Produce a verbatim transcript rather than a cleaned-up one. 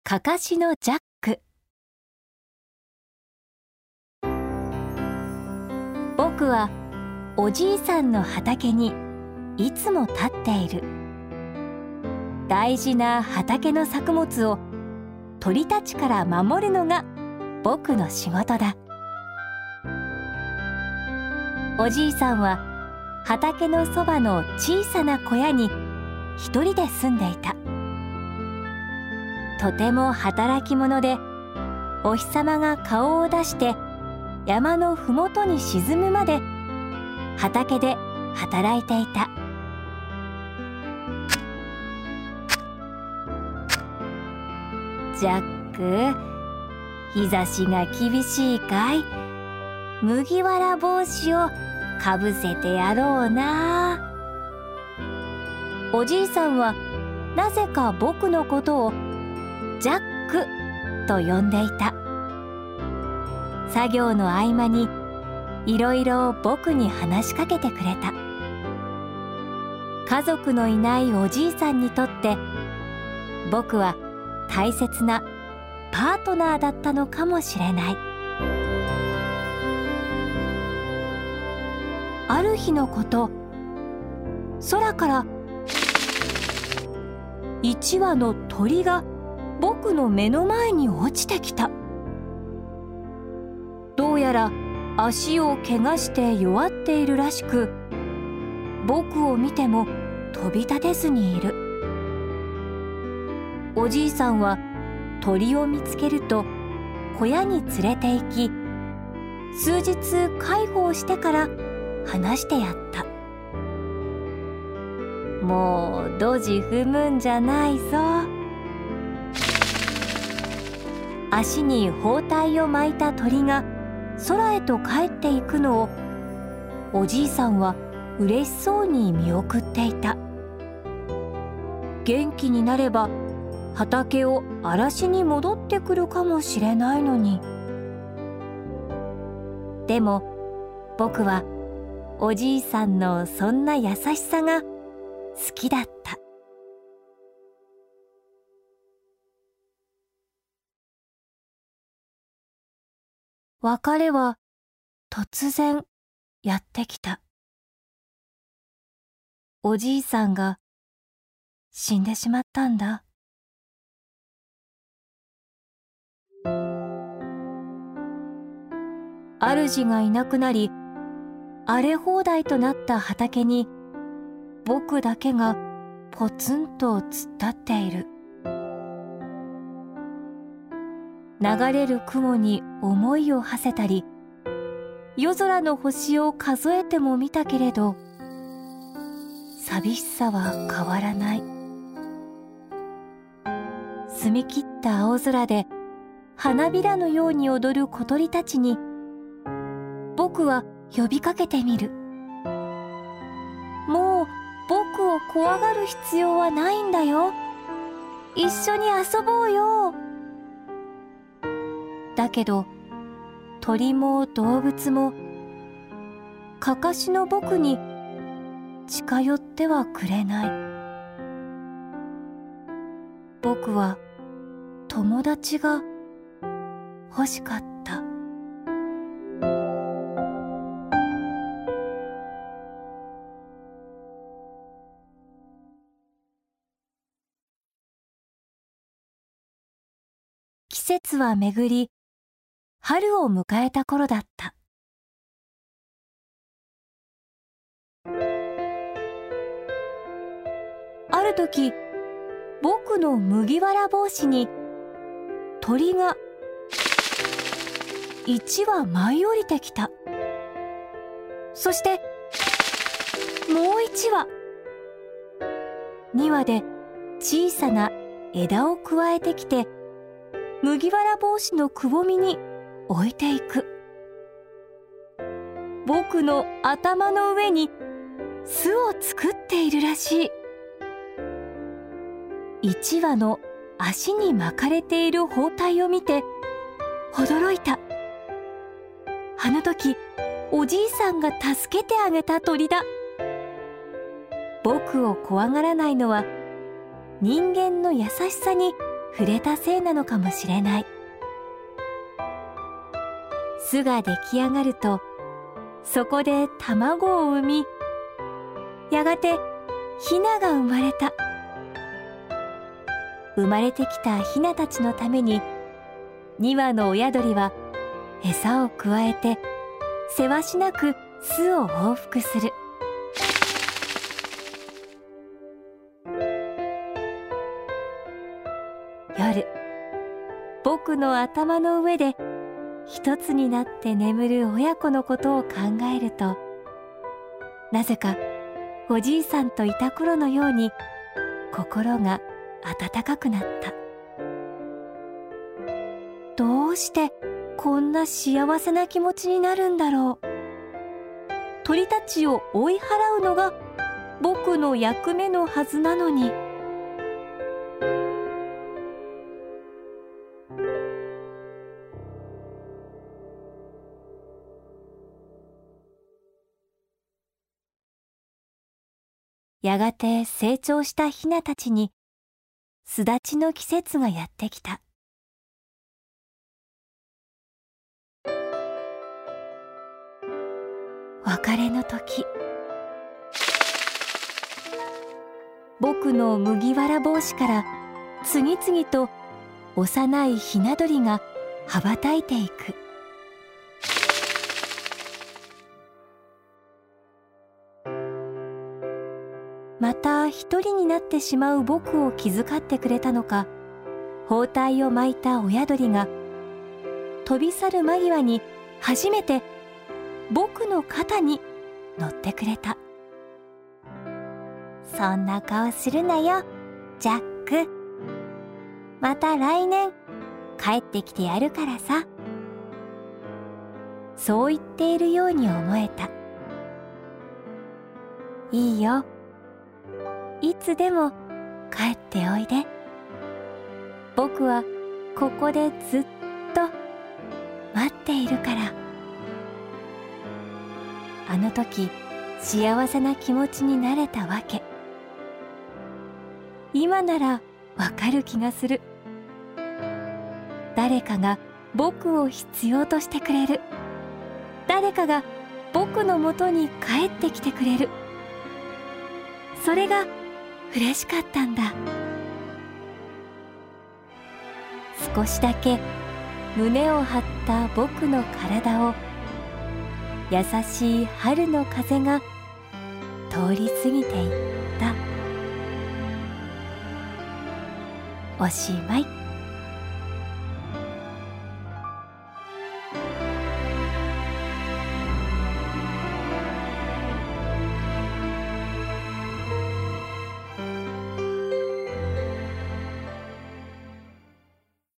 かかしのジャック。僕はおじいさんの畑にいつも立っている。大事な畑の作物を鳥たちから守るのが僕の仕事だ。おじいさんは畑のそばの小さな小屋に一人で住んでいた。とても働き者で、お日様が顔を出して山のふもとに沈むまで畑で働いていた。ジャック、日差しが厳しいかい？麦わら帽子をかぶせてやろうな。おじいさんはなぜか僕のことをジャックと呼んでいた。作業の合間にいろいろ僕に話しかけてくれた。家族のいないおじいさんにとって僕は大切なパートナーだったのかもしれない。ある日のこと、空から一羽の鳥が僕の目の前に落ちてきた。どうやら足を怪我して弱っているらしく、僕を見ても飛び立てずにいる。おじいさんは鳥を見つけると小屋に連れて行き、数日介抱してから話してやった。もうドジ踏むんじゃないぞ。足に包帯を巻いた鳥が空へと帰っていくのをおじいさんは嬉しそうに見送っていた。元気になれば畑を荒らしに戻ってくるかもしれないのに。でも僕はおじいさんのそんな優しさが好きだった。別れは突然やってきた。おじいさんが死んでしまったんだ。主がいなくなり、荒れ放題となった畑に僕だけがポツンと突っ立っている。流れる雲に思いを馳せたり、夜空の星を数えてもみたけれど、寂しさは変わらない。澄み切った青空で花びらのように踊る小鳥たちに僕は呼びかけてみる。もう僕を怖がる必要はないんだよ。一緒に遊ぼうよ。だけど鳥も動物もかかしの僕に近寄ってはくれない。僕は友達が欲しかった。季節は巡り、春を迎えた頃だった。ある時、僕の麦わら帽子に鳥が一羽舞い降りてきた。そしてもう一羽、二羽で小さな枝をくわえてきて麦わら帽子のくぼみに置いていく。僕の頭の上に巣を作っているらしい。一羽の足に巻かれている包帯を見て驚いた。あの時おじいさんが助けてあげた鳥だ。僕を怖がらないのは人間の優しさに触れたせいなのかもしれない。巣が出来上がると、そこで卵を産み、やがてヒナが生まれた。生まれてきたヒナたちのために、にわの親鳥は餌をくわえてせわしなく巣を往復する。夜、僕の頭の上で一つになって眠る親子のことを考えると、なぜかおじいさんといた頃のように心が温かくなった。どうしてこんな幸せな気持ちになるんだろう。鳥たちを追い払うのが僕の役目のはずなのに。やがて成長したヒナたちに巣立ちの季節がやってきた。別れの時、僕の麦わら帽子から次々と幼いひな鳥が羽ばたいていく。また一人になってしまう僕を気遣ってくれたのか、包帯を巻いた親鳥が飛び去る間際に初めて僕の肩に乗ってくれた。そんな顔するなよ、ジャック。また来年帰ってきてやるからさ。そう言っているように思えた。いいよ。いつでも帰っておいで。僕はここでずっと待っているから。あの時幸せな気持ちになれたわけ、今ならわかる気がする。誰かが僕を必要としてくれる。誰かが僕のもとに帰ってきてくれる。それが嬉しかったんだ。少しだけ胸を張った僕の体を優しい春の風が通り過ぎていった。おしまい。